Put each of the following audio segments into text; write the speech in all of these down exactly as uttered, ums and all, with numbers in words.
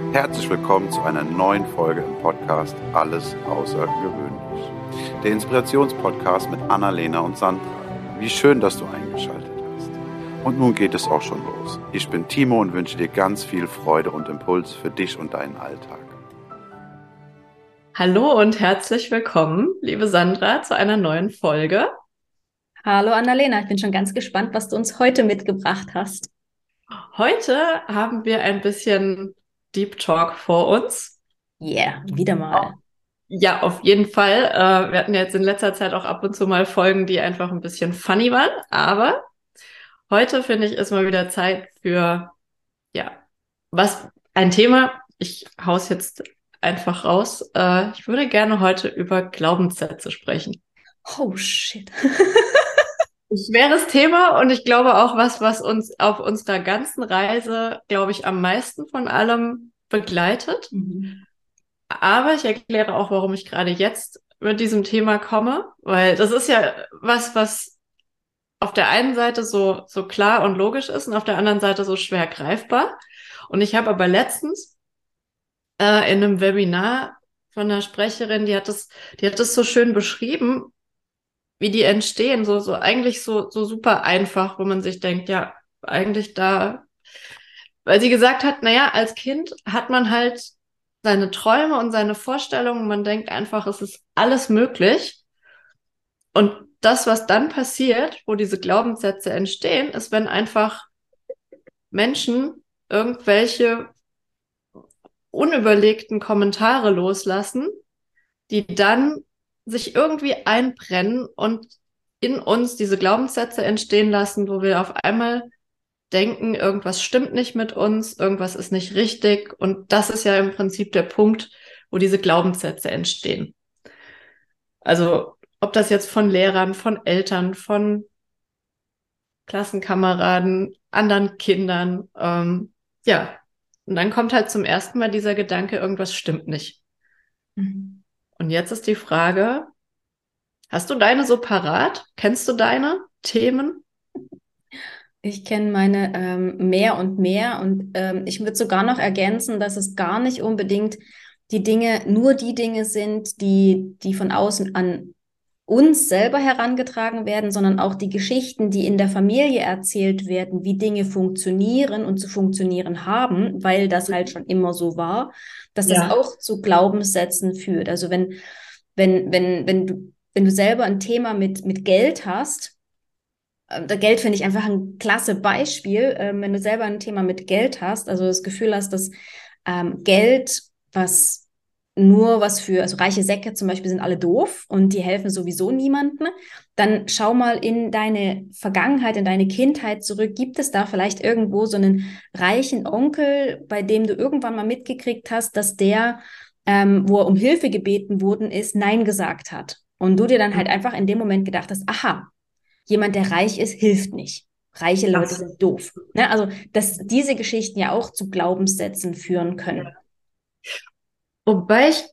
Herzlich willkommen zu einer neuen Folge im Podcast Alles Außergewöhnlich. Der Inspirationspodcast mit Annalena und Sandra. Wie schön, dass du eingeschaltet hast. Und nun geht es auch schon los. Ich bin Timo und wünsche dir ganz viel Freude und Impuls für dich und deinen Alltag. Hallo und herzlich willkommen, liebe Sandra, zu einer neuen Folge. Hallo Annalena, ich bin schon ganz gespannt, was du uns heute mitgebracht hast. Heute haben wir ein bisschen Deep Talk vor uns. Yeah, wieder mal. Ja, auf jeden Fall. Äh, wir hatten ja jetzt in letzter Zeit auch ab und zu mal Folgen, die einfach ein bisschen funny waren. Aber heute finde ich, ist mal wieder Zeit für, ja, was, ein Thema. Ich hau's jetzt einfach raus. Äh, ich würde gerne heute über Glaubenssätze sprechen. Oh shit. Schweres Thema und ich glaube auch was, was uns auf unserer ganzen Reise, glaube ich, am meisten von allem begleitet. Mhm. Aber ich erkläre auch, warum ich gerade jetzt mit diesem Thema komme, weil das ist ja was, was auf der einen Seite so, so klar und logisch ist und auf der anderen Seite so schwer greifbar. Und ich habe aber letztens äh, in einem Webinar von einer Sprecherin, die hat das, die hat das so schön beschrieben, wie die entstehen, so, so eigentlich so, so super einfach, wo man sich denkt, ja, eigentlich da, weil sie gesagt hat, naja, als Kind hat man halt seine Träume und seine Vorstellungen, man denkt einfach, es ist alles möglich. Und das, was dann passiert, wo diese Glaubenssätze entstehen, ist, wenn einfach Menschen irgendwelche unüberlegten Kommentare loslassen, die dann sich irgendwie einbrennen und in uns diese Glaubenssätze entstehen lassen, wo wir auf einmal denken, irgendwas stimmt nicht mit uns, irgendwas ist nicht richtig. Und das ist ja im Prinzip der Punkt, wo diese Glaubenssätze entstehen. Also ob das jetzt von Lehrern, von Eltern, von Klassenkameraden, anderen Kindern, ähm, ja. Und dann kommt halt zum ersten Mal dieser Gedanke, irgendwas stimmt nicht. Mhm. Und jetzt ist die Frage, hast du deine so parat? Kennst du deine Themen? Ich kenne meine ähm, mehr und mehr und ähm, ich würde sogar noch ergänzen, dass es gar nicht unbedingt die Dinge, nur die Dinge sind, die, die von außen an uns selber herangetragen werden, sondern auch die Geschichten, die in der Familie erzählt werden, wie Dinge funktionieren und zu funktionieren haben, weil das halt schon immer so war, dass das Ja. auch zu Glaubenssätzen führt. Also wenn, wenn, wenn, wenn du, wenn du selber ein Thema mit, mit Geld hast, äh, da Geld finde ich einfach ein klasse Beispiel, ähm, wenn du selber ein Thema mit Geld hast, also das Gefühl hast, dass ähm, Geld, was nur was für, also reiche Säcke zum Beispiel sind alle doof und die helfen sowieso niemandem, dann schau mal in deine Vergangenheit, in deine Kindheit zurück. Gibt es da vielleicht irgendwo so einen reichen Onkel, bei dem du irgendwann mal mitgekriegt hast, dass der, ähm, wo er um Hilfe gebeten worden ist, Nein gesagt hat? Und du dir dann halt einfach in dem Moment gedacht hast, aha, jemand, der reich ist, hilft nicht. Reiche Leute Das, sind doof. Ne? Also, dass diese Geschichten ja auch zu Glaubenssätzen führen können. wobei ich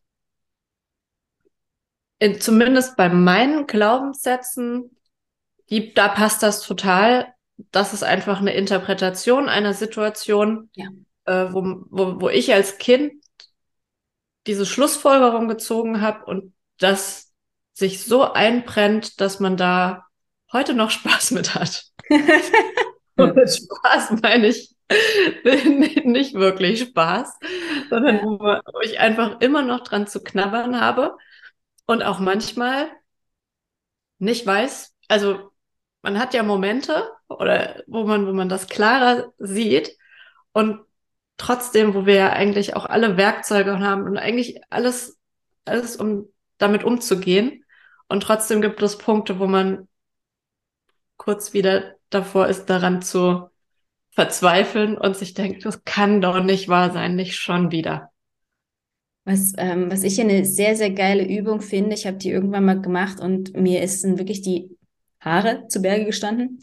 in, zumindest bei meinen Glaubenssätzen, die, da passt das total. Das ist einfach eine Interpretation einer Situation, Ja. äh, wo, wo, wo ich als Kind diese Schlussfolgerung gezogen habe und das sich so einbrennt, dass man da heute noch Spaß mit hat. Und mit Spaß meine ich nicht wirklich Spaß, sondern Ja. wo, man- wo ich einfach immer noch dran zu knabbern habe und auch manchmal nicht weiß, also man hat ja Momente oder wo man, wo man das klarer sieht und trotzdem, wo wir ja eigentlich auch alle Werkzeuge haben und eigentlich alles, alles, um damit umzugehen. Und trotzdem gibt es Punkte, wo man kurz wieder davor ist, daran zu verzweifeln und sich denkt, das kann doch nicht wahr sein, nicht schon wieder. Was, ähm, was ich hier eine sehr, sehr geile Übung finde, ich habe die irgendwann mal gemacht und mir ist dann wirklich die Haare zu Berge gestanden.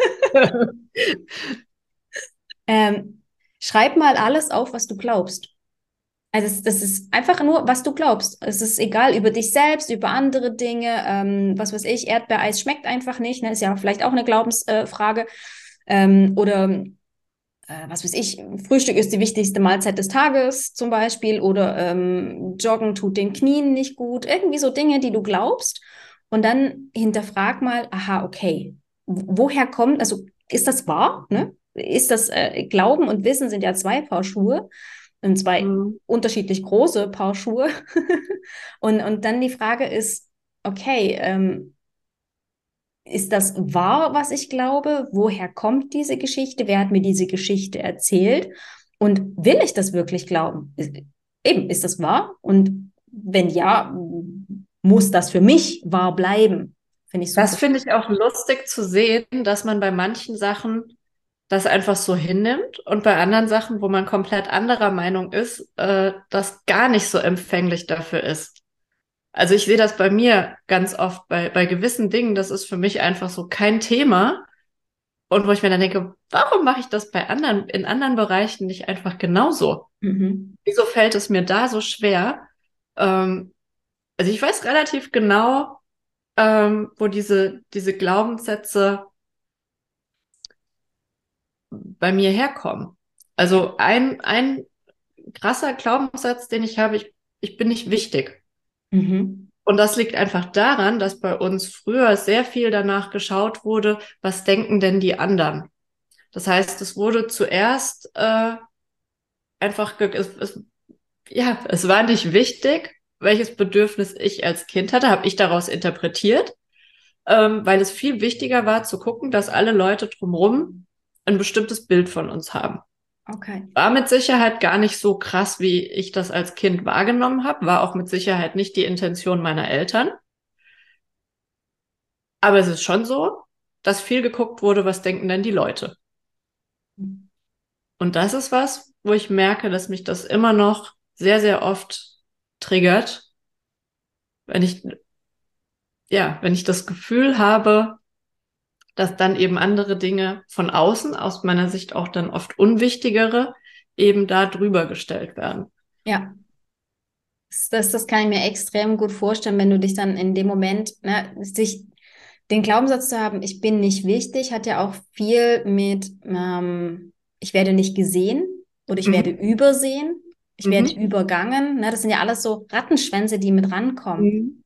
Ähm, schreib mal alles auf, was du glaubst. Also das, das ist einfach nur, was du glaubst. Es ist egal über dich selbst, über andere Dinge. Ähm, was weiß ich, Erdbeereis schmeckt einfach nicht. Ne? Ist ja vielleicht auch eine Glaubensfrage. Ähm, oder äh, was weiß ich, Frühstück ist die wichtigste Mahlzeit des Tages zum Beispiel oder ähm, Joggen tut den Knien nicht gut. Irgendwie so Dinge, die du glaubst. Und dann hinterfrag mal, aha, okay, woher kommt, also ist das wahr? Ne? Ist das, äh, Glauben und Wissen sind ja zwei Paar Schuhe und zwei Mhm. unterschiedlich große Paar Schuhe. und, und dann die Frage ist, okay, ähm, ist das wahr, was ich glaube? Woher kommt diese Geschichte? Wer hat mir diese Geschichte erzählt? Und will ich das wirklich glauben? Ist, eben, ist das wahr? Und wenn ja, muss das für mich wahr bleiben? Finde ich Das super. finde ich auch lustig zu sehen, dass man bei manchen Sachen das einfach so hinnimmt und bei anderen Sachen, wo man komplett anderer Meinung ist, äh, das gar nicht so empfänglich dafür ist. Also ich sehe das bei mir ganz oft bei, bei gewissen Dingen, das ist für mich einfach so kein Thema. Und wo ich mir dann denke, warum mache ich das bei anderen, in anderen Bereichen nicht einfach genauso? Mhm. Wieso fällt es mir da so schwer? Ähm, also ich weiß relativ genau, ähm, wo diese, diese Glaubenssätze bei mir herkommen. Also ein, ein krasser Glaubenssatz, den ich habe, ich, ich bin nicht wichtig. Mhm. Und das liegt einfach daran, dass bei uns früher sehr viel danach geschaut wurde, was denken denn die anderen? Das heißt, es wurde zuerst äh, einfach, ge es, es, ja, es war nicht wichtig, welches Bedürfnis ich als Kind hatte, habe ich daraus interpretiert, ähm, weil es viel wichtiger war zu gucken, dass alle Leute drumherum ein bestimmtes Bild von uns haben. Okay. War mit Sicherheit gar nicht so krass, wie ich das als Kind wahrgenommen habe, war auch mit Sicherheit nicht die Intention meiner Eltern. Aber es ist schon so, dass viel geguckt wurde, was denken denn die Leute. Und das ist was, wo ich merke, dass mich das immer noch sehr, sehr oft triggert, wenn ich, ja, wenn ich das Gefühl habe, dass dann eben andere Dinge von außen, aus meiner Sicht auch dann oft unwichtigere, eben da drüber gestellt werden. Ja, das, das, das kann ich mir extrem gut vorstellen, wenn du dich dann in dem Moment, ne, sich den Glaubenssatz zu haben, ich bin nicht wichtig, hat ja auch viel mit, ähm, ich werde nicht gesehen oder ich werde Mhm. übersehen, ich werde Mhm. übergangen. Ne? Das sind ja alles so Rattenschwänze, die mit rankommen. Mhm.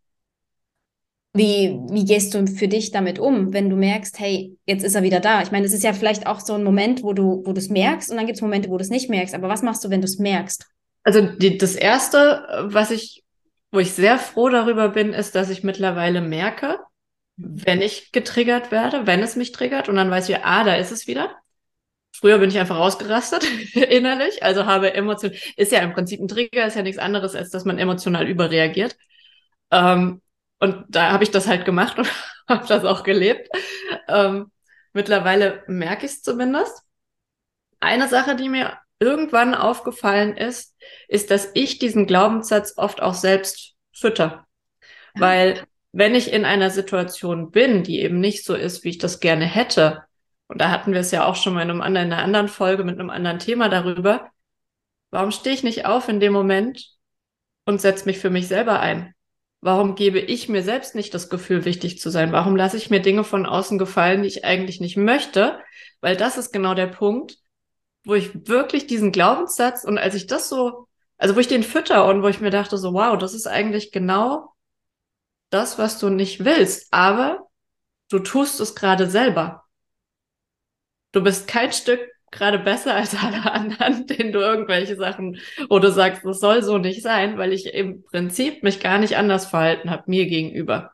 Wie, wie gehst du für dich damit um, wenn du merkst, hey, jetzt ist er wieder da? Ich meine, es ist ja vielleicht auch so ein Moment, wo du, wo du es merkst und dann gibt es Momente, wo du es nicht merkst. Aber was machst du, wenn du es merkst? Also die, das Erste, was ich, wo ich sehr froh darüber bin, ist, dass ich mittlerweile merke, wenn ich getriggert werde, wenn es mich triggert und dann weiß ich, ah, da ist es wieder. Früher bin ich einfach ausgerastet innerlich, also habe Emotionen, ist ja im Prinzip ein Trigger, ist ja nichts anderes, als dass man emotional überreagiert. Ähm, und da habe ich das halt gemacht und habe das auch gelebt. Ähm, mittlerweile merke ich es zumindest. Eine Sache, die mir irgendwann aufgefallen ist, ist, dass ich diesen Glaubenssatz oft auch selbst fütter. Ja. Weil wenn ich in einer Situation bin, die eben nicht so ist, wie ich das gerne hätte, und da hatten wir es ja auch schon mal in einem anderen, in einer anderen Folge mit einem anderen Thema darüber, warum stehe ich nicht auf in dem Moment und setze mich für mich selber ein? Warum gebe ich mir selbst nicht das Gefühl, wichtig zu sein? Warum lasse ich mir Dinge von außen gefallen, die ich eigentlich nicht möchte? Weil das ist genau der Punkt, wo ich wirklich diesen Glaubenssatz und als ich das so, also wo ich den fütter und wo ich mir dachte so, wow, das ist eigentlich genau das, was du nicht willst, aber du tust es gerade selber. Du bist kein Stück gerade besser als alle anderen, denen du irgendwelche Sachen, wo du sagst, das soll so nicht sein, weil ich im Prinzip mich gar nicht anders verhalten habe mir gegenüber.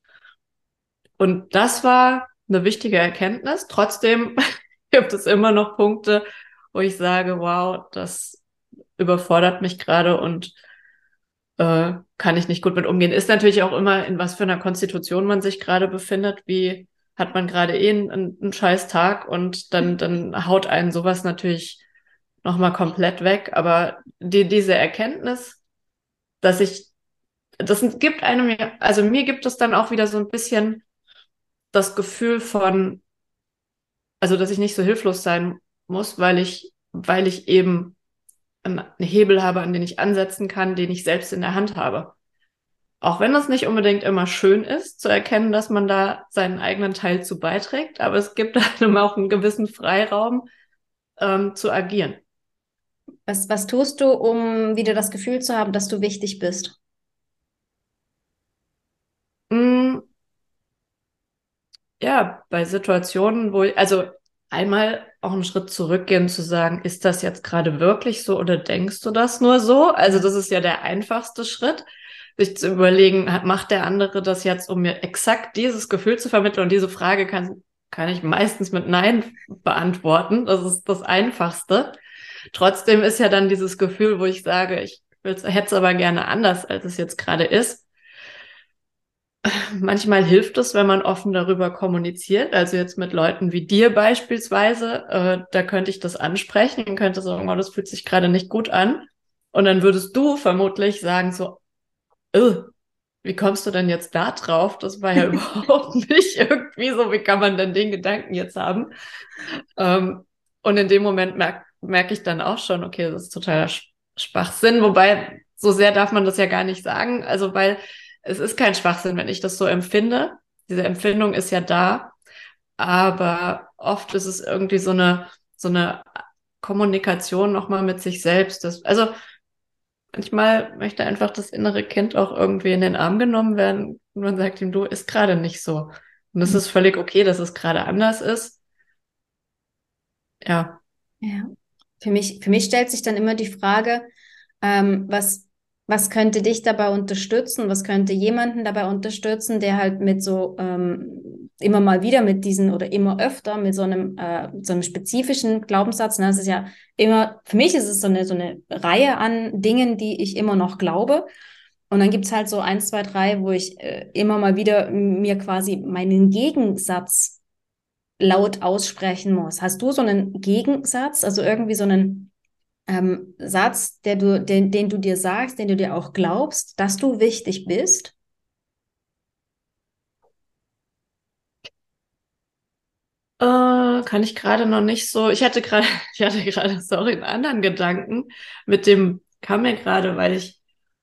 Und das war eine wichtige Erkenntnis. Trotzdem gibt es immer noch Punkte, wo ich sage, wow, das überfordert mich gerade und äh, kann ich nicht gut mit umgehen. Ist natürlich auch immer, in was für einer Konstitution man sich gerade befindet, wie hat man gerade eh einen, einen scheiß Tag und dann, dann haut einen sowas natürlich nochmal komplett weg. Aber die, diese Erkenntnis, dass ich, das gibt einem, also mir gibt es dann auch wieder so ein bisschen das Gefühl von, also dass ich nicht so hilflos sein muss, weil ich, weil ich eben einen Hebel habe, an den ich ansetzen kann, den ich selbst in der Hand habe. Auch wenn das nicht unbedingt immer schön ist, zu erkennen, dass man da seinen eigenen Teil zu beiträgt, aber es gibt einem auch einen gewissen Freiraum, ähm, zu agieren. Was, was tust du, um wieder das Gefühl zu haben, dass du wichtig bist? Mm, ja, bei Situationen, wo ich, also einmal auch einen Schritt zurückgehen zu sagen, ist das jetzt gerade wirklich so oder denkst du das nur so? Also das ist ja der einfachste Schritt, sich zu überlegen, hat- macht der andere das jetzt, um mir exakt dieses Gefühl zu vermitteln? Und diese Frage kann, kann ich meistens mit Nein beantworten. Das ist das Einfachste. Trotzdem ist ja dann dieses Gefühl, wo ich sage, ich will's, hätte es aber gerne anders, als es jetzt gerade ist. Manchmal hilft es, wenn man offen darüber kommuniziert. Also jetzt mit Leuten wie dir beispielsweise, äh, da könnte ich das ansprechen und könnte sagen, oh, das fühlt sich gerade nicht gut an. Und dann würdest du vermutlich sagen so, "Ugh, wie kommst du denn jetzt da drauf? Das war ja überhaupt nicht irgendwie so, wie kann man denn den Gedanken jetzt haben?" Ähm, und in dem Moment merke merk ich dann auch schon, okay, das ist totaler Sch- Schwachsinn. Wobei, so sehr darf man das ja gar nicht sagen. Also, weil es ist kein Schwachsinn, wenn ich das so empfinde. Diese Empfindung ist ja da, aber oft ist es irgendwie so eine, so eine Kommunikation nochmal mit sich selbst. Das, also, manchmal möchte einfach das innere Kind auch irgendwie in den Arm genommen werden und man sagt ihm, du, ist gerade nicht so. Und es ist völlig okay, dass es gerade anders ist. Ja. Ja. Für mich, für mich stellt sich dann immer die Frage, ähm, was, was könnte dich dabei unterstützen? Was könnte jemanden dabei unterstützen, der halt mit so ähm, immer mal wieder mit diesen oder immer öfter mit so einem, äh, so einem spezifischen Glaubenssatz, ne? Das ist ja immer, für mich ist es so eine, so eine Reihe an Dingen, die ich immer noch glaube. Und dann gibt's halt so eins, zwei, drei, wo ich äh, immer mal wieder mir quasi meinen Gegensatz laut aussprechen muss. Hast du so einen Gegensatz, also irgendwie so einen ähm, Satz, der du, den, den du dir sagst, den du dir auch glaubst, dass du wichtig bist? Äh, kann ich gerade noch nicht so. Ich hatte gerade, ich hatte gerade, sorry, einen anderen Gedanken. Mit dem kam mir gerade, weil ich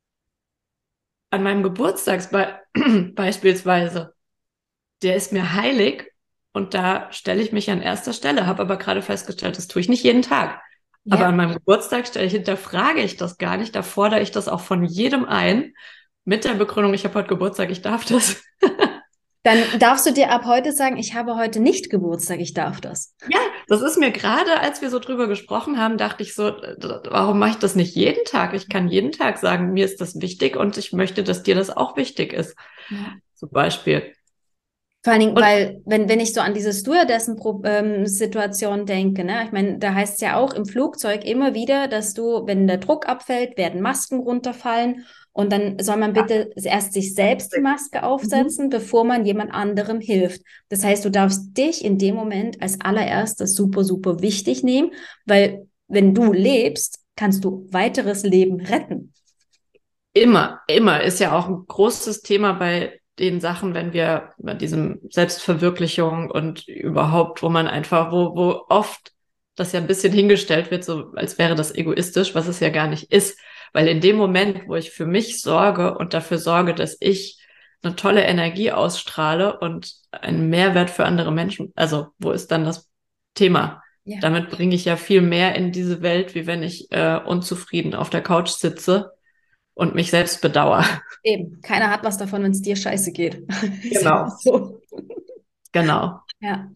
an meinem Geburtstag be beispielsweise, der ist mir heilig und da stelle ich mich an erster Stelle, habe aber gerade festgestellt, das tue ich nicht jeden Tag. Aber Ja. an meinem Geburtstag stelle ich, hinterfrage ich das gar nicht, da fordere ich das auch von jedem ein, mit der Begründung, ich habe heute Geburtstag, ich darf das. Dann darfst du dir ab heute sagen, ich habe heute nicht Geburtstag, ich darf das. Ja, das ist mir gerade, als wir so drüber gesprochen haben, dachte ich so, äh, warum mache ich das nicht jeden Tag? Ich kann jeden Tag sagen, mir ist das wichtig und ich möchte, dass dir das auch wichtig ist. Ja. Zum Beispiel. Vor allen Dingen, Und weil, wenn, wenn ich so an diese Stewardessen-Situation denke, ne, ich meine, da heißt es ja auch im Flugzeug immer wieder, dass du, wenn der Druck abfällt, werden Masken runterfallen und dann soll man ja, bitte erst sich selbst die Maske mhm. aufsetzen, bevor man jemand anderem hilft. Das heißt, du darfst dich in dem Moment als allererstes super, super wichtig nehmen, weil wenn du lebst, kannst du weiteres Leben retten. Immer, immer ist ja auch ein großes Thema bei den Sachen, wenn wir bei diesem Selbstverwirklichung und überhaupt, wo man einfach, wo, wo oft das ja ein bisschen hingestellt wird, so als wäre das egoistisch, was es ja gar nicht ist. Weil in dem Moment, wo ich für mich sorge und dafür sorge, dass ich eine tolle Energie ausstrahle und einen Mehrwert für andere Menschen, also wo ist dann das Thema? Ja. Damit bringe ich ja viel mehr in diese Welt, wie wenn ich äh, unzufrieden auf der Couch sitze und mich selbst bedauere. Eben, keiner hat was davon, wenn es dir scheiße geht. Ist einfach Genau, so. genau. Ja.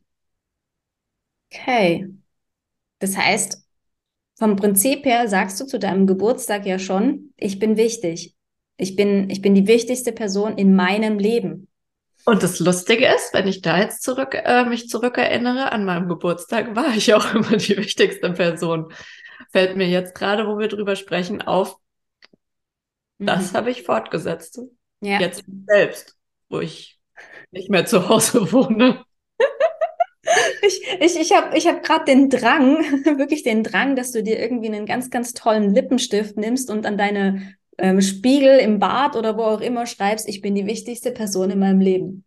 Okay. Das heißt, vom Prinzip her sagst du zu deinem Geburtstag ja schon, ich bin wichtig. Ich bin, ich bin die wichtigste Person in meinem Leben. Und das Lustige ist, wenn ich da jetzt zurück, äh, mich zurückerinnere, an meinem Geburtstag war ich auch immer die wichtigste Person. Fällt mir jetzt gerade, wo wir drüber sprechen, auf, das Mhm. habe ich fortgesetzt. Ja. Jetzt selbst, wo ich nicht mehr zu Hause wohne. Ich, ich, ich habe ich hab gerade den Drang, wirklich den Drang, dass du dir irgendwie einen ganz, ganz tollen Lippenstift nimmst und an deine ähm, Spiegel im Bad oder wo auch immer schreibst, ich bin die wichtigste Person in meinem Leben.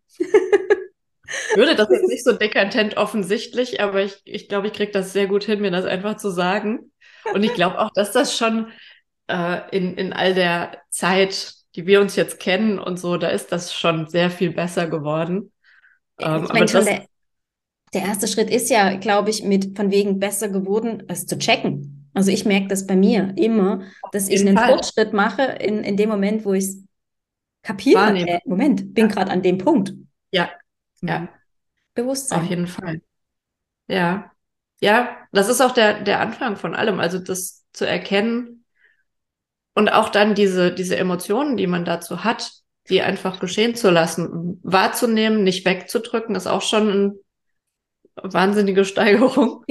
Würde das Das jetzt nicht ist, so dekatent offensichtlich, aber ich, ich glaube, ich kriege das sehr gut hin, mir das einfach zu sagen. Und ich glaube auch, dass das schon äh, in, in all der Zeit, die wir uns jetzt kennen und so, da ist das schon sehr viel besser geworden. Ähm, ich aber meine schon das, der, der erste Schritt ist ja, glaube ich, mit von wegen besser geworden, es zu checken. Also ich merke das bei mir immer, dass ich jeden einen Fall. Fortschritt mache in, in dem Moment, wo ich es kapiere. Wahrnehmen. Äh, Moment, bin gerade an dem Punkt. Ja, Mhm. ja, auf Bewusstsein. jeden Fall. Ja, ja, das ist auch der, der Anfang von allem. Also das zu erkennen und auch dann diese, diese Emotionen, die man dazu hat, die einfach geschehen zu lassen, wahrzunehmen, nicht wegzudrücken, ist auch schon eine wahnsinnige Steigerung.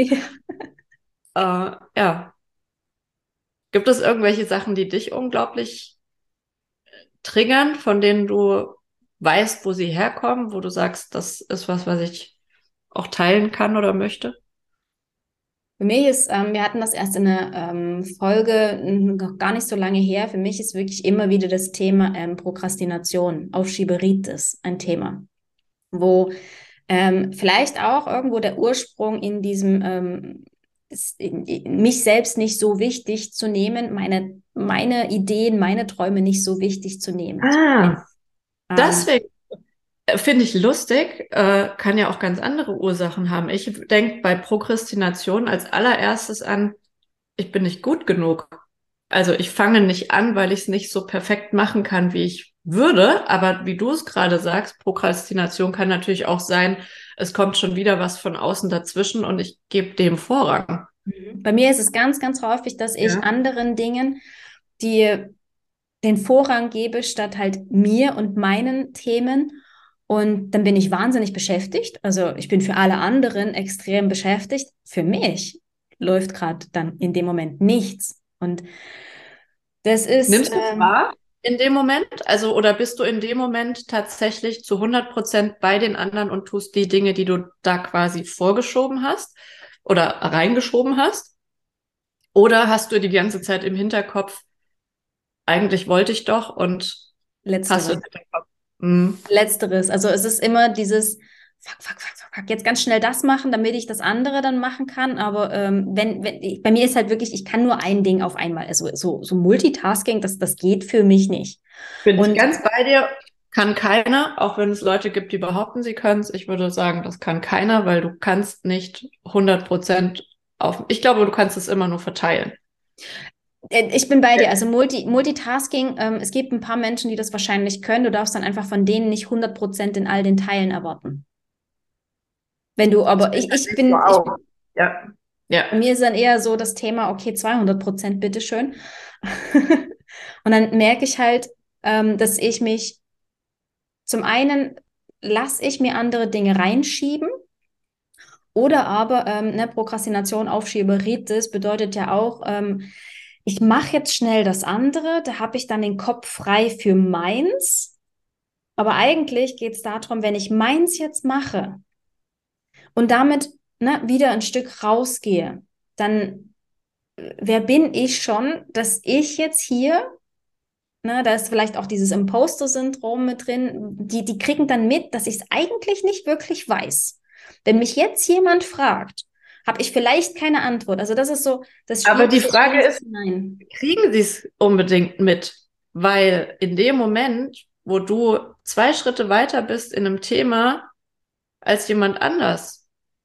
Äh, ja. Gibt es irgendwelche Sachen, die dich unglaublich triggern, von denen du weißt, wo sie herkommen, wo du sagst, das ist was, was ich auch teilen kann oder möchte? Für mich ist, ähm, wir hatten das erst in einer ähm, Folge, noch gar nicht so lange her. Für mich ist wirklich immer wieder das Thema ähm, Prokrastination, Aufschieberitis ein Thema, wo ähm, vielleicht auch irgendwo der Ursprung in diesem, ähm, ist in, in mich selbst nicht so wichtig zu nehmen, meine, meine Ideen, meine Träume nicht so wichtig zu nehmen. Ah, Ähm, deswegen äh, finde ich lustig, äh, kann ja auch ganz andere Ursachen haben. Ich denke bei Prokrastination als allererstes an, ich bin nicht gut genug. Also ich fange nicht an, weil ich es nicht so perfekt machen kann, wie ich würde. Aber wie du es gerade sagst, Prokrastination kann natürlich auch sein, es kommt schon wieder was von außen dazwischen und ich gebe dem Vorrang. Bei mir ist es ganz, ganz häufig, dass ich Ja. anderen Dingen, die den Vorrang gebe, statt halt mir und meinen Themen. Und dann bin ich wahnsinnig beschäftigt. Also ich bin für alle anderen extrem beschäftigt. Für mich läuft gerade dann in dem Moment nichts. Und das ist, Nimmst du es ähm, wahr in dem Moment? Also, oder bist du in dem Moment tatsächlich zu hundert Prozent bei den anderen und tust die Dinge, die du da quasi vorgeschoben hast oder reingeschoben hast? Oder hast du die ganze Zeit im Hinterkopf, eigentlich wollte ich doch und hast du letzteres. es im Hinterkopf? Mhm. Letzteres. Also es ist immer dieses, fuck, fuck, fuck, fuck, fuck, jetzt ganz schnell das machen, damit ich das andere dann machen kann. Aber ähm, wenn, wenn, ich, bei mir ist halt wirklich, ich kann nur ein Ding auf einmal. Also so, so Multitasking, das, das geht für mich nicht. Bin ich Und ganz bei dir. Kann keiner, auch wenn es Leute gibt, die behaupten, sie können es. Ich würde sagen, das kann keiner, weil du kannst nicht hundert Prozent auf. Ich glaube, du kannst es immer nur verteilen. äh, ich bin bei dir. Also Multi, Multitasking, ähm, es gibt ein paar Menschen, die das wahrscheinlich können. Du darfst dann einfach von denen nicht hundert Prozent in all den Teilen erwarten. Wenn du, aber ich, ich So bin, ich, auch. Ja. Ja. bei mir ist dann eher so das Thema, okay, zweihundert Prozent, bitteschön. Und dann merke ich halt, ähm, dass ich mich zum einen lasse ich mir andere Dinge reinschieben oder aber ähm, ne, Prokrastination, Aufschieberitis bedeutet ja auch, ähm, ich mache jetzt schnell das andere, da habe ich dann den Kopf frei für meins. Aber eigentlich geht es darum, wenn ich meins jetzt mache und damit ne, wieder ein Stück rausgehe, dann äh, wer bin ich schon, dass ich jetzt hier, ne, da ist vielleicht auch dieses Imposter-Syndrom mit drin, die, die kriegen dann mit, dass ich es eigentlich nicht wirklich weiß. Wenn mich jetzt jemand fragt, habe ich vielleicht keine Antwort. Also das ist so, das Aber spielt die sich Frage alles ist, hinein. kriegen sie es unbedingt mit? Weil in dem Moment, wo du zwei Schritte weiter bist in einem Thema als jemand anders,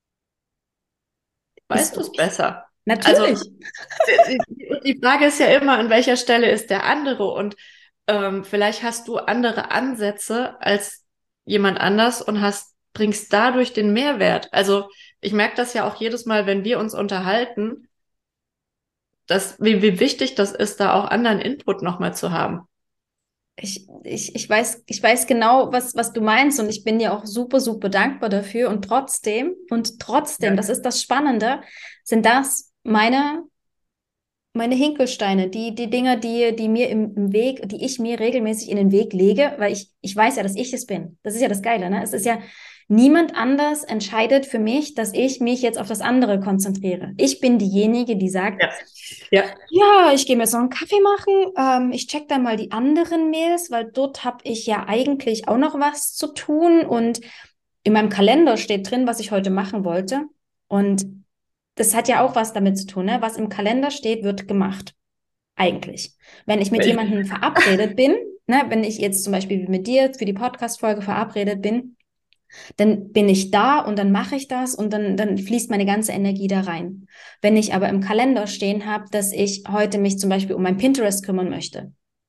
Ist weißt du so. es besser. Also Natürlich. die, die Frage ist ja immer, an welcher Stelle ist der andere? Und ähm, vielleicht hast du andere Ansätze als jemand anders und hast, bringst dadurch den Mehrwert. Also ich merke das ja auch jedes Mal, wenn wir uns unterhalten, dass, wie, wie wichtig das ist, da auch anderen Input nochmal zu haben. Ich, ich, ich weiß, ich weiß genau, was, was du meinst und ich bin dir auch super, super dankbar dafür. Und trotzdem, und trotzdem, Ja. das ist das Spannende, sind das meine, meine Hinkelsteine, die, die Dinge, die, die mir im, im Weg, die ich mir regelmäßig in den Weg lege, weil ich, ich weiß ja, dass ich es bin. Das ist ja das Geile, ne? Es ist ja, niemand anders entscheidet für mich, dass ich mich jetzt auf das andere konzentriere. Ich bin diejenige, die sagt, Ja. Ja. ja, ich gehe mir jetzt noch einen Kaffee machen. Ähm, ich check dann mal die anderen Mails, weil dort habe ich ja eigentlich auch noch was zu tun. Und in meinem Kalender steht drin, was ich heute machen wollte. Und das hat ja auch was damit zu tun, ne? Was im Kalender steht, wird gemacht. Eigentlich. Wenn ich mit jemandem verabredet bin, ne, wenn ich jetzt zum Beispiel mit dir für die Podcast-Folge verabredet bin, Dann bin ich da und dann mache ich das und dann, dann fließt meine ganze Energie da rein. Wenn ich aber im Kalender stehen habe, dass ich heute mich zum Beispiel um mein Pinterest kümmern möchte,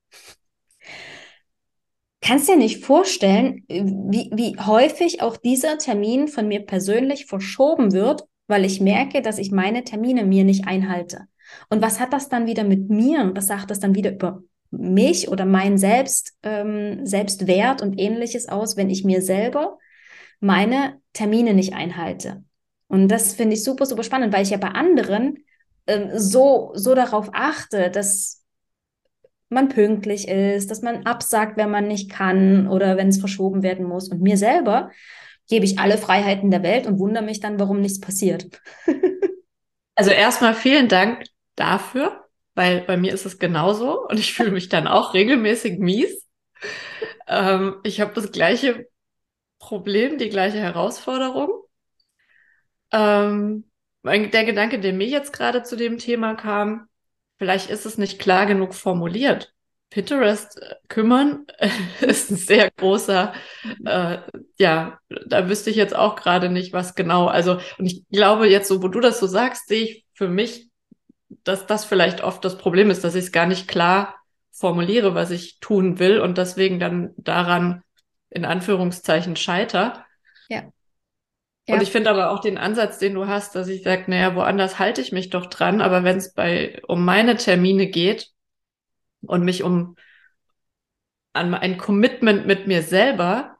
kannst dir nicht vorstellen, wie, wie häufig auch dieser Termin von mir persönlich verschoben wird, weil ich merke, dass ich meine Termine mir nicht einhalte. Und was hat das dann wieder mit mir? Was sagt das dann wieder über mich oder mein Selbst, ähm, Selbstwert und Ähnliches aus, wenn ich mir selber meine Termine nicht einhalte? Und das finde ich super, super spannend, weil ich ja bei anderen ähm, so, so darauf achte, dass man pünktlich ist, dass man absagt, wenn man nicht kann oder wenn es verschoben werden muss. Und mir selber gebe ich alle Freiheiten der Welt und wundere mich dann, warum nichts passiert. Also erstmal vielen Dank dafür, weil bei mir ist es genauso und ich fühle mich dann auch regelmäßig mies. Ähm, ich habe das gleiche Problem, die gleiche Herausforderung. Ähm, mein, der Gedanke, der mir jetzt gerade zu dem Thema kam, vielleicht ist es nicht klar genug formuliert. Pinterest äh, kümmern ist ein sehr großer, äh, ja, da wüsste ich jetzt auch gerade nicht, was genau. Also, und ich glaube jetzt, so wo du das so sagst, sehe ich für mich, dass das vielleicht oft das Problem ist, dass ich es gar nicht klar formuliere, was ich tun will und deswegen dann daran in Anführungszeichen scheiter. Ja. Und Ja. ich finde aber auch den Ansatz, den du hast, dass ich sage, naja, woanders halte ich mich doch dran, aber wenn es bei um meine Termine geht und mich um an ein Commitment mit mir selber,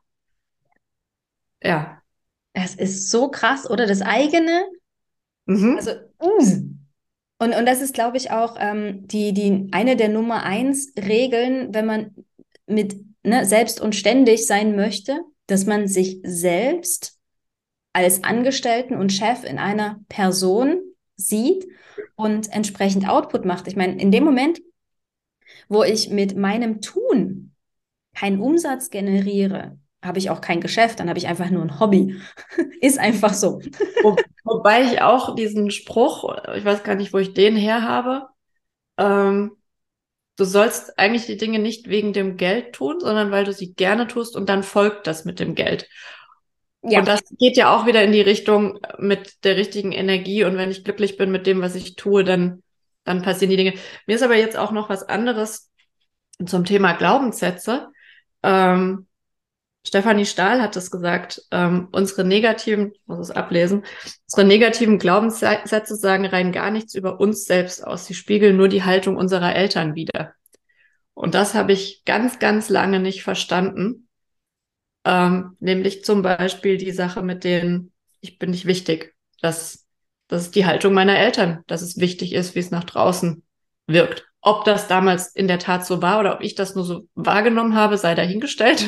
ja. Es ist so krass, oder? Das eigene, Mhm. also, uh. Und, und das ist, glaube ich, auch ähm, die, die eine der Nummer eins Regeln, wenn man mit ne, selbst und ständig sein möchte, dass man sich selbst als Angestellten und Chef in einer Person sieht und entsprechend Output macht. Ich meine, in dem Moment, wo ich mit meinem Tun keinen Umsatz generiere, habe ich auch kein Geschäft, dann habe ich einfach nur ein Hobby. Ist einfach so. Wo, wobei ich auch diesen Spruch, ich weiß gar nicht, wo ich den her habe, ähm, du sollst eigentlich die Dinge nicht wegen dem Geld tun, sondern weil du sie gerne tust und dann folgt das mit dem Geld. Ja. Und das geht ja auch wieder in die Richtung mit der richtigen Energie. Und wenn ich glücklich bin mit dem, was ich tue, dann, dann passieren die Dinge. Mir ist aber jetzt auch noch was anderes zum Thema Glaubenssätze. Ähm, Stefanie Stahl hat es gesagt, ähm, unsere negativen, ich muss es ablesen, unsere negativen Glaubenssätze sagen rein gar nichts über uns selbst aus. Sie spiegeln nur die Haltung unserer Eltern wider. Und das habe ich ganz, ganz lange nicht verstanden. Ähm, nämlich zum Beispiel die Sache mit den, ich bin nicht wichtig. Das, das ist die Haltung meiner Eltern, dass es wichtig ist, wie es nach draußen wirkt. Ob das damals in der Tat so war oder ob ich das nur so wahrgenommen habe, sei dahingestellt.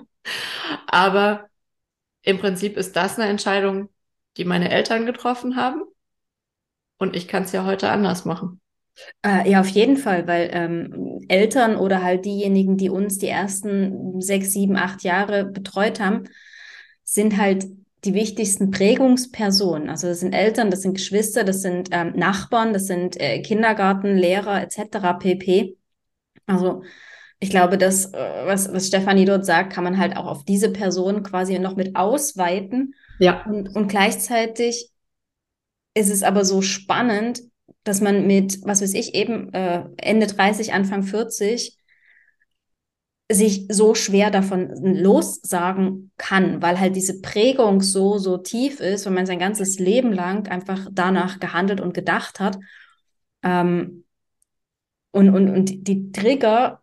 Aber im Prinzip ist das eine Entscheidung, die meine Eltern getroffen haben. Und ich kann es ja heute anders machen. Äh, ja, auf jeden Fall, weil ähm, Eltern oder halt diejenigen, die uns die ersten sechs, sieben, acht Jahre betreut haben, sind halt die wichtigsten Prägungspersonen. Also das sind Eltern, das sind Geschwister, das sind ähm, Nachbarn, das sind äh, Kindergartenlehrer et cetera pp. Also ich glaube, das, äh, was, was Stefanie dort sagt, kann man halt auch auf diese Person quasi noch mit ausweiten. Ja. Und, und gleichzeitig ist es aber so spannend, dass man mit, was weiß ich, eben äh, Ende dreißig, Anfang vierzig sich so schwer davon lossagen kann, weil halt diese Prägung so, so tief ist, wenn man sein ganzes Leben lang einfach danach gehandelt und gedacht hat. Ähm, und, und, und die Trigger,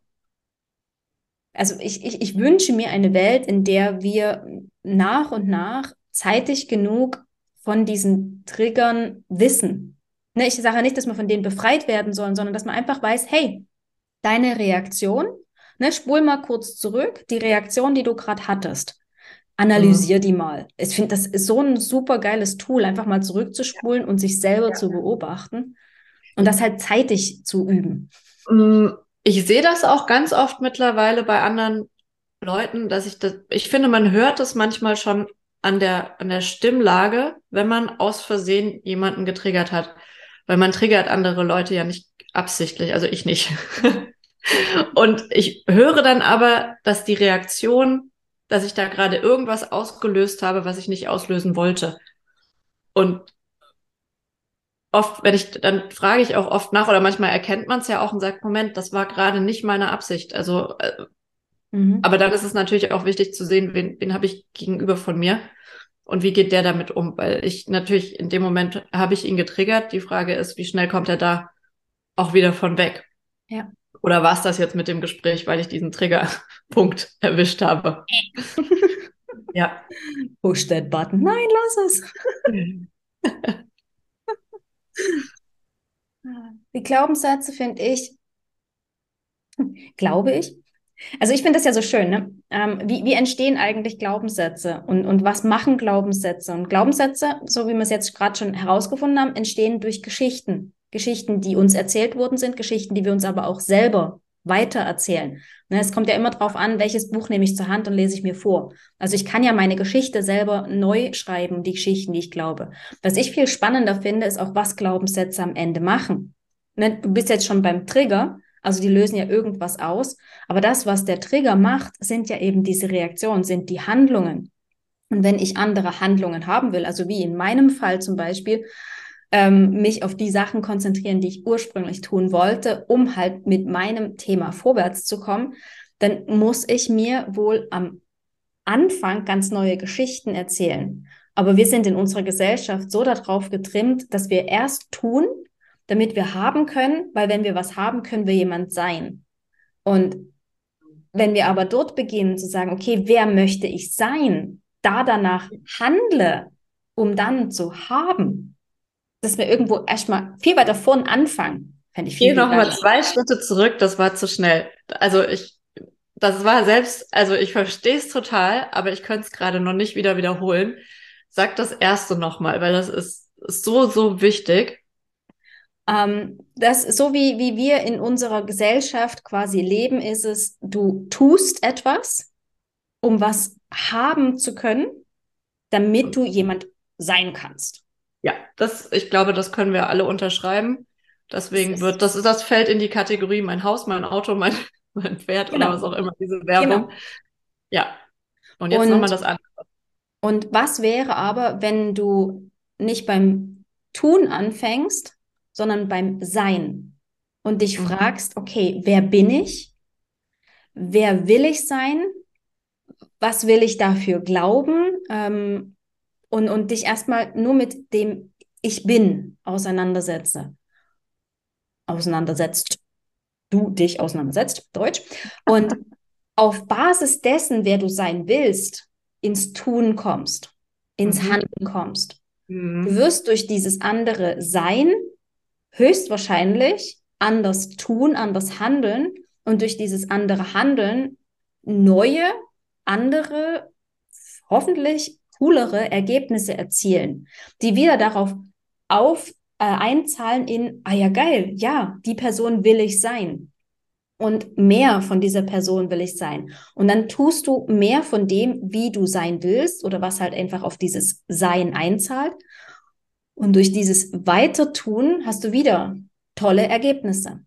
also ich, ich, ich wünsche mir eine Welt, in der wir nach und nach zeitig genug von diesen Triggern wissen. Ne, ich sage nicht, dass man von denen befreit werden soll, sondern dass man einfach weiß, hey, deine Reaktion, ne, spul mal kurz zurück, die Reaktion, die du gerade hattest. Analysier mhm. die mal. Ich finde, das ist so ein super geiles Tool, einfach mal zurückzuspulen und sich selber ja. zu beobachten und das halt zeitig zu üben. Ich sehe das auch ganz oft mittlerweile bei anderen Leuten, dass ich das, ich finde, man hört es manchmal schon an der, an der Stimmlage, wenn man aus Versehen jemanden getriggert hat. Weil man triggert andere Leute ja nicht absichtlich, also ich nicht. Und ich höre dann aber, dass die Reaktion dass ich da gerade irgendwas ausgelöst habe, was ich nicht auslösen wollte. Und oft, wenn ich, dann frage ich auch oft nach oder manchmal erkennt man es ja auch und sagt, Moment, das war gerade nicht meine Absicht. Also, äh, Mhm. aber dann ist es natürlich auch wichtig zu sehen, wen, wen habe ich gegenüber von mir und wie geht der damit um? Weil ich natürlich in dem Moment habe ich ihn getriggert. Die Frage ist, wie schnell kommt er da auch wieder von weg? Ja. Oder war es das jetzt mit dem Gespräch, weil ich diesen Triggerpunkt erwischt habe? Ja. Push that button. Nein, lass es. Die Glaubenssätze finde ich, glaube ich. Also ich finde das ja so schön, ne? Ähm, wie, wie entstehen eigentlich Glaubenssätze und, und was machen Glaubenssätze? Und Glaubenssätze, so wie wir es jetzt gerade schon herausgefunden haben, entstehen durch Geschichten. Geschichten, die uns erzählt worden sind, Geschichten, die wir uns aber auch selber weitererzählen. Ne, es kommt ja immer darauf an, welches Buch nehme ich zur Hand und lese ich mir vor. Also ich kann ja meine Geschichte selber neu schreiben, die Geschichten, die ich glaube. Was ich viel spannender finde, ist auch, was Glaubenssätze am Ende machen. Ne, du bist jetzt schon beim Trigger, also die lösen ja irgendwas aus. Aber das, was der Trigger macht, sind ja eben diese Reaktionen, sind die Handlungen. Und wenn ich andere Handlungen haben will, also wie in meinem Fall zum Beispiel, ähm, mich auf die Sachen konzentrieren, die ich ursprünglich tun wollte, um halt mit meinem Thema vorwärts zu kommen, dann muss ich mir wohl am Anfang ganz neue Geschichten erzählen. Aber wir sind in unserer Gesellschaft so darauf getrimmt, dass wir erst tun, damit wir haben können, weil wenn wir was haben, können wir jemand sein. Und wenn wir aber dort beginnen zu sagen, okay, wer möchte ich sein, da danach handle, um dann zu haben, dass wir irgendwo erstmal viel weiter vorn anfangen, fände ich viel, Gehe viel noch mal geiler. zwei Schritte zurück, das war zu schnell. Also ich, das war selbst, also ich verstehe es total, aber ich könnte es gerade noch nicht wieder wiederholen. Sag das erste noch mal, weil das ist, ist so, so wichtig. Ähm, das, so wie, wie wir in unserer Gesellschaft quasi leben, ist es, du tust etwas, um was haben zu können, damit du jemand sein kannst. Ja, das, ich glaube, das können wir alle unterschreiben. Deswegen Das ist, wird, das ist, das fällt in die Kategorie mein Haus, mein Auto, mein, mein Pferd oder was genau, auch immer, diese Werbung. genau. Ja. Und jetzt nochmal Und, das andere. und was wäre aber, wenn du nicht beim Tun anfängst, sondern beim Sein und dich Mhm. fragst, okay, wer bin ich? Wer will ich sein? Was will ich dafür glauben? Ähm, und, und dich erstmal nur mit dem Ich bin auseinandersetze. Auseinandersetzt. Du dich auseinandersetzt, Deutsch. Und auf Basis dessen, wer du sein willst, ins Tun kommst, ins Mhm. Handeln kommst. Du Mhm. wirst durch dieses andere Sein höchstwahrscheinlich anders tun, anders handeln und durch dieses andere Handeln neue, andere, hoffentlich coolere Ergebnisse erzielen, die wieder darauf auf äh, einzahlen in, ah ja geil, ja, die Person will ich sein. Und mehr von dieser Person will ich sein. Und dann tust du mehr von dem, wie du sein willst oder was halt einfach auf dieses Sein einzahlt. Und durch dieses Weitertun hast du wieder tolle Ergebnisse.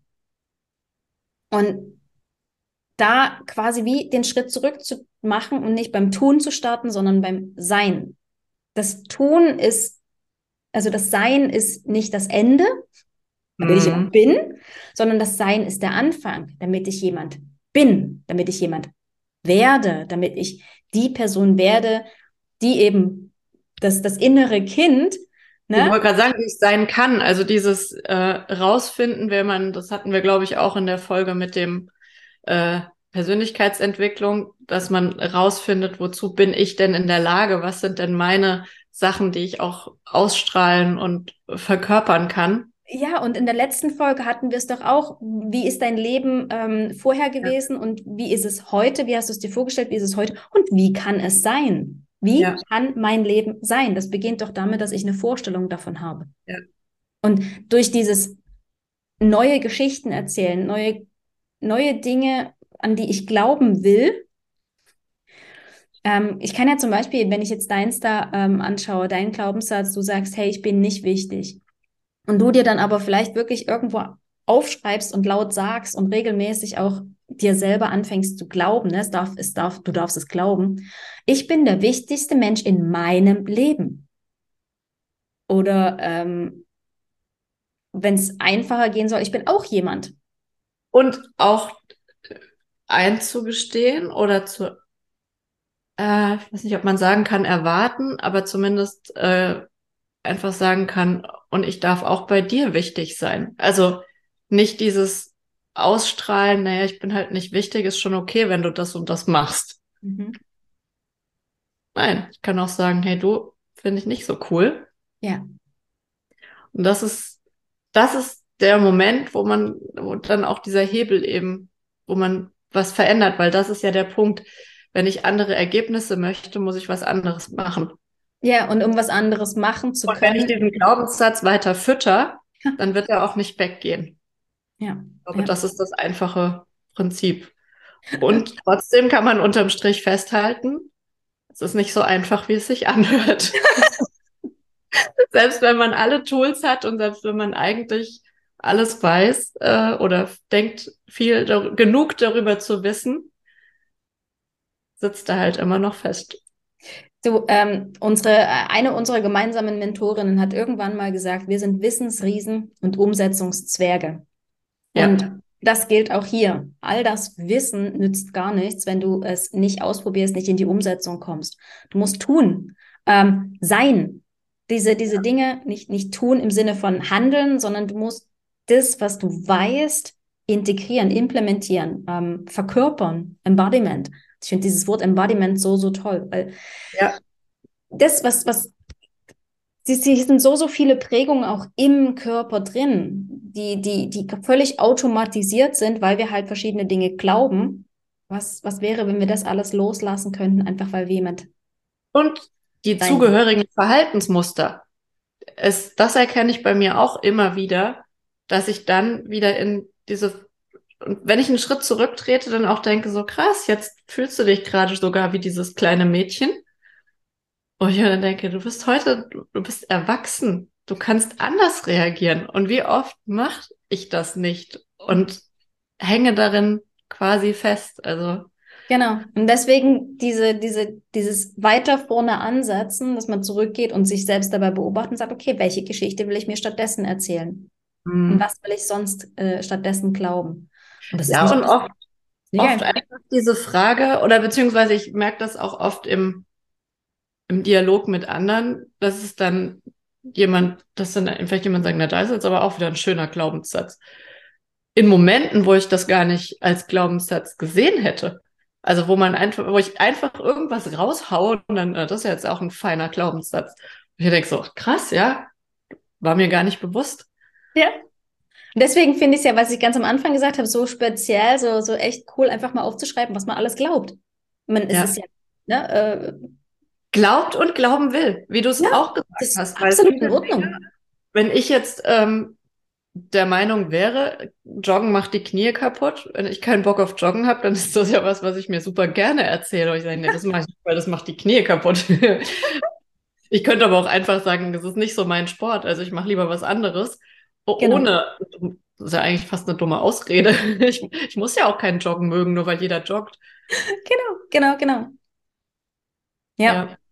Und da quasi wie den Schritt zurück zu machen und nicht beim Tun zu starten, sondern beim Sein. Das Tun ist, also das Sein ist nicht das Ende, damit ich jemand Mhm. bin, sondern das Sein ist der Anfang, damit ich jemand bin, damit ich jemand werde, damit ich die Person werde, die eben das, das innere Kind, Ich ne? wollte gerade sagen, wie es sein kann. Also dieses äh, rausfinden, wenn man, das hatten wir, glaube ich, auch in der Folge mit dem äh, Persönlichkeitsentwicklung, dass man rausfindet, wozu bin ich denn in der Lage? Was sind denn meine Sachen, die ich auch ausstrahlen und verkörpern kann? Ja, und in der letzten Folge hatten wir es doch auch, wie ist dein Leben ähm, vorher Ja. gewesen und wie ist es heute? Wie hast du es dir vorgestellt? Wie ist es heute? Und wie kann es sein? Wie Ja. kann mein Leben sein? Das beginnt doch damit, dass ich eine Vorstellung davon habe. Ja. Und durch dieses neue Geschichten erzählen, neue, neue Dinge, an die ich glauben will. Ähm, ich kann ja zum Beispiel, wenn ich jetzt deins da ähm, anschaue, deinen Glaubenssatz, du sagst, hey, ich bin nicht wichtig. Und du dir dann aber vielleicht wirklich irgendwo aufschreibst und laut sagst und regelmäßig auch dir selber anfängst zu glauben, ne? es darf, es darf, du darfst es glauben, ich bin der wichtigste Mensch in meinem Leben. Oder ähm, wenn es einfacher gehen soll, ich bin auch jemand. Und auch einzugestehen oder zu, äh, ich weiß nicht, ob man sagen kann, erwarten, aber zumindest äh, einfach sagen kann, und ich darf auch bei dir wichtig sein. Also nicht dieses Ausstrahlen, naja, ich bin halt nicht wichtig, ist schon okay, wenn du das und das machst. Mhm. Nein, ich kann auch sagen, hey, du, finde ich nicht so cool. Ja. Und das ist, das ist der Moment, wo man, wo dann auch dieser Hebel eben, wo man was verändert, weil das ist ja der Punkt. Wenn ich andere Ergebnisse möchte, muss ich was anderes machen. Ja, und um was anderes machen zu Und wenn ich können. diesen Glaubenssatz weiter fütter, dann wird er auch nicht weggehen. Ja, Ich glaube, ja. das ist das einfache Prinzip. Und trotzdem kann man unterm Strich festhalten, es ist nicht so einfach, wie es sich anhört. Selbst wenn man alle Tools hat und selbst wenn man eigentlich alles weiß äh, oder denkt, viel dar- genug darüber zu wissen, sitzt er halt immer noch fest. Du, ähm, unsere, eine unserer gemeinsamen Mentorinnen hat irgendwann mal gesagt, wir sind Wissensriesen und Umsetzungszwerge. Ja. Und das gilt auch hier. All das Wissen nützt gar nichts, wenn du es nicht ausprobierst, nicht in die Umsetzung kommst. Du musst tun, ähm, sein. Diese, diese Dinge nicht, nicht tun im Sinne von handeln, sondern du musst das, was du weißt, integrieren, implementieren, ähm, verkörpern, Embodiment. Ich finde dieses Wort Embodiment so, so toll, weil Ja. das, was, was Sie, sie sind so, so viele Prägungen auch im Körper drin, die, die, die völlig automatisiert sind, weil wir halt verschiedene Dinge glauben. Was, was wäre, wenn wir das alles loslassen könnten, einfach weil wir jemand Und die sein sind? zugehörigen Verhaltensmuster. Es, das erkenne ich bei mir auch immer wieder, dass ich dann wieder in diese, und wenn ich einen Schritt zurücktrete, dann auch denke, so krass, jetzt fühlst du dich gerade sogar wie dieses kleine Mädchen. Und ich mir dann denke, du bist heute, du, du bist erwachsen, du kannst anders reagieren. Und wie oft mache ich das nicht und hänge darin quasi fest. Also Genau. Und deswegen diese, diese, dieses weiter vorne ansetzen, dass man zurückgeht und sich selbst dabei beobachtet und sagt, okay, welche Geschichte will ich mir stattdessen erzählen? Und hm. was will ich sonst äh, stattdessen glauben? Und das ist Ja, nicht, und oft, nicht oft einfach. einfach diese Frage, oder beziehungsweise ich merke das auch oft im, im Dialog mit anderen, dass es dann jemand, dass dann vielleicht jemand sagt, na, da ist jetzt aber auch wieder ein schöner Glaubenssatz. In Momenten, wo ich das gar nicht als Glaubenssatz gesehen hätte. Also wo man einfach, wo ich einfach irgendwas raushaue und dann, äh, das ist ja jetzt auch ein feiner Glaubenssatz. Und ich denke so, krass, ja, war mir gar nicht bewusst. Ja. Und deswegen finde ich es ja, was ich ganz am Anfang gesagt habe, so speziell, so, so echt cool, einfach mal aufzuschreiben, was man alles glaubt. Man, es Ja. ist ja, ne, äh, Glaubt und glauben will, wie du es ja, auch gesagt das ist hast. Weil absolut in viele Ordnung. Dinge, wenn ich jetzt ähm, der Meinung wäre, Joggen macht die Knie kaputt, wenn ich keinen Bock auf Joggen habe, dann ist das ja was, was ich mir super gerne erzähle. Und ich sage, nee, das mache ich nicht, weil das macht die Knie kaputt. Ich könnte aber auch einfach sagen, das ist nicht so mein Sport, also ich mache lieber was anderes, o- Genau, ohne, das ist ja eigentlich fast eine dumme Ausrede. Ich, ich muss ja auch keinen Joggen mögen, nur weil jeder joggt. genau, genau, genau. Ja, Ja,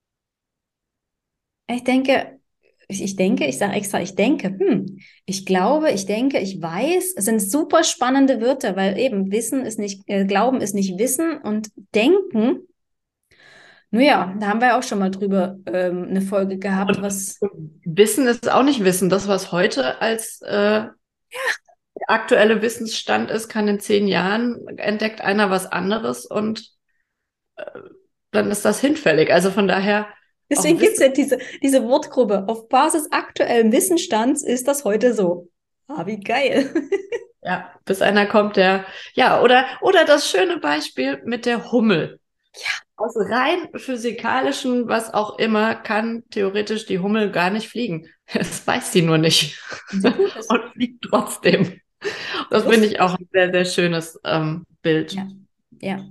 ich denke, ich, ich denke, ich sage extra, ich denke, hm, ich glaube, ich denke, ich weiß, es sind super spannende Wörter, weil eben Wissen ist nicht, äh, Glauben ist nicht Wissen und Denken. Nun ja, da haben wir auch schon mal drüber ähm, eine Folge gehabt, und was, Wissen ist auch nicht Wissen. Das, was heute als äh, der aktuelle Wissensstand ist, kann in zehn Jahren entdeckt einer was anderes und dann ist das hinfällig. Also von daher deswegen auch gibt es Wissen, ja diese, diese Wortgruppe. Auf Basis aktuellen Wissensstands ist das heute so. Ah, wie geil. ja, bis einer kommt, der, ja, oder, oder das schöne Beispiel mit der Hummel. Ja, Aus rein physikalischen, was auch immer, kann theoretisch die Hummel gar nicht fliegen. Das weiß sie nur nicht. und sie tut es. Und fliegt trotzdem. Das finde Bewusst. ich auch ein sehr, sehr schönes ähm, Bild. Ja, ja.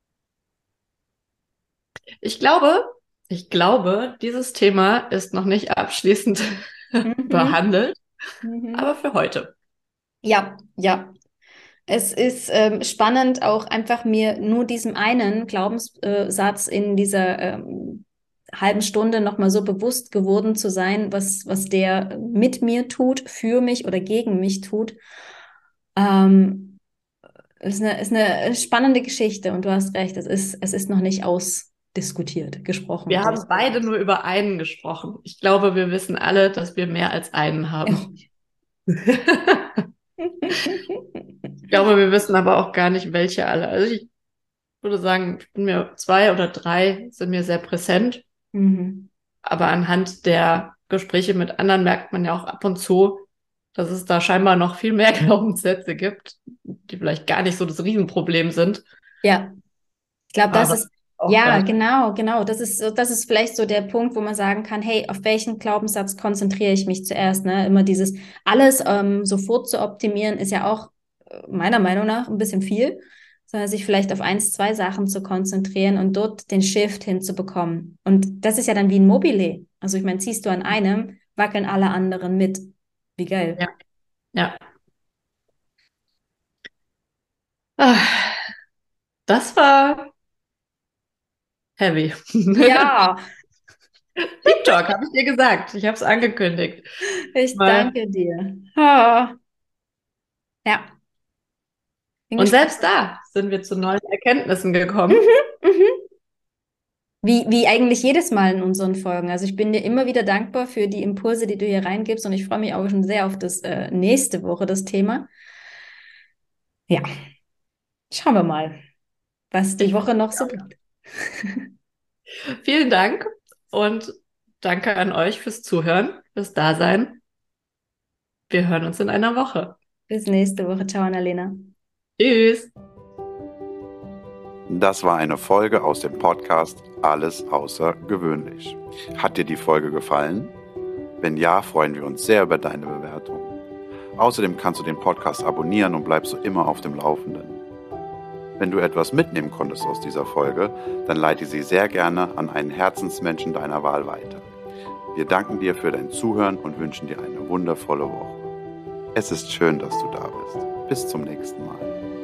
Ich glaube, ich glaube, dieses Thema ist noch nicht abschließend Mhm. behandelt, Mhm. aber für heute. Ja, ja. Es ist ähm, spannend, auch einfach mir nur diesem einen Glaubenssatz in dieser ähm, halben Stunde nochmal so bewusst geworden zu sein, was, was der mit mir tut, für mich oder gegen mich tut. Ähm, ist eine, ist eine spannende Geschichte und du hast recht, es ist, es ist noch nicht ausdiskutiert, gesprochen. Wir haben beide nur über einen gesprochen. Ich glaube, wir wissen alle, dass wir mehr als einen haben. Ich glaube, wir wissen aber auch gar nicht, welche alle. Also ich würde sagen, ich bin mir zwei oder drei sind mir sehr präsent. Mhm. Aber anhand der Gespräche mit anderen merkt man ja auch ab und zu, dass es da scheinbar noch viel mehr Glaubenssätze gibt, die vielleicht gar nicht so das Riesenproblem sind. Ja, ich glaube, das Aber ist, auch ja, da. genau, genau. Das ist, so- das ist vielleicht so der Punkt, wo man sagen kann, hey, auf welchen Glaubenssatz konzentriere ich mich zuerst? Ne? Immer dieses alles ähm, sofort zu optimieren, ist ja auch äh, meiner Meinung nach ein bisschen viel, sondern sich vielleicht auf eins, zwei Sachen zu konzentrieren und dort den Shift hinzubekommen. Und das ist ja dann wie ein Mobile. Also ich meine, ziehst du an einem, wackeln alle anderen mit. Wie geil. Ja, ja. Ah, das war heavy. Ja, Deep Talk, habe ich dir gesagt. Ich habe es angekündigt. ich Mal. danke dir. Ah, ja, bin Und gespannt. selbst da sind wir zu neuen Erkenntnissen gekommen. Mhm, mhm. Wie, wie eigentlich jedes Mal in unseren Folgen. Also ich bin dir immer wieder dankbar für die Impulse, die du hier reingibst und ich freue mich auch schon sehr auf das äh, nächste Woche, das Thema. Ja, schauen wir mal, was die Ich, Woche noch so bringt. vielen Dank und danke an euch fürs Zuhören, fürs Dasein. Wir hören uns in einer Woche. Bis nächste Woche. Ciao, Annalena. Tschüss. Das war eine Folge aus dem Podcast Alles außergewöhnlich. Hat dir die Folge gefallen? Wenn ja, freuen wir uns sehr über deine Bewertung. Außerdem kannst du den Podcast abonnieren und bleibst so immer auf dem Laufenden. Wenn du etwas mitnehmen konntest aus dieser Folge, dann leite sie sehr gerne an einen Herzensmenschen deiner Wahl weiter. Wir danken dir für dein Zuhören und wünschen dir eine wundervolle Woche. Es ist schön, dass du da bist. Bis zum nächsten Mal.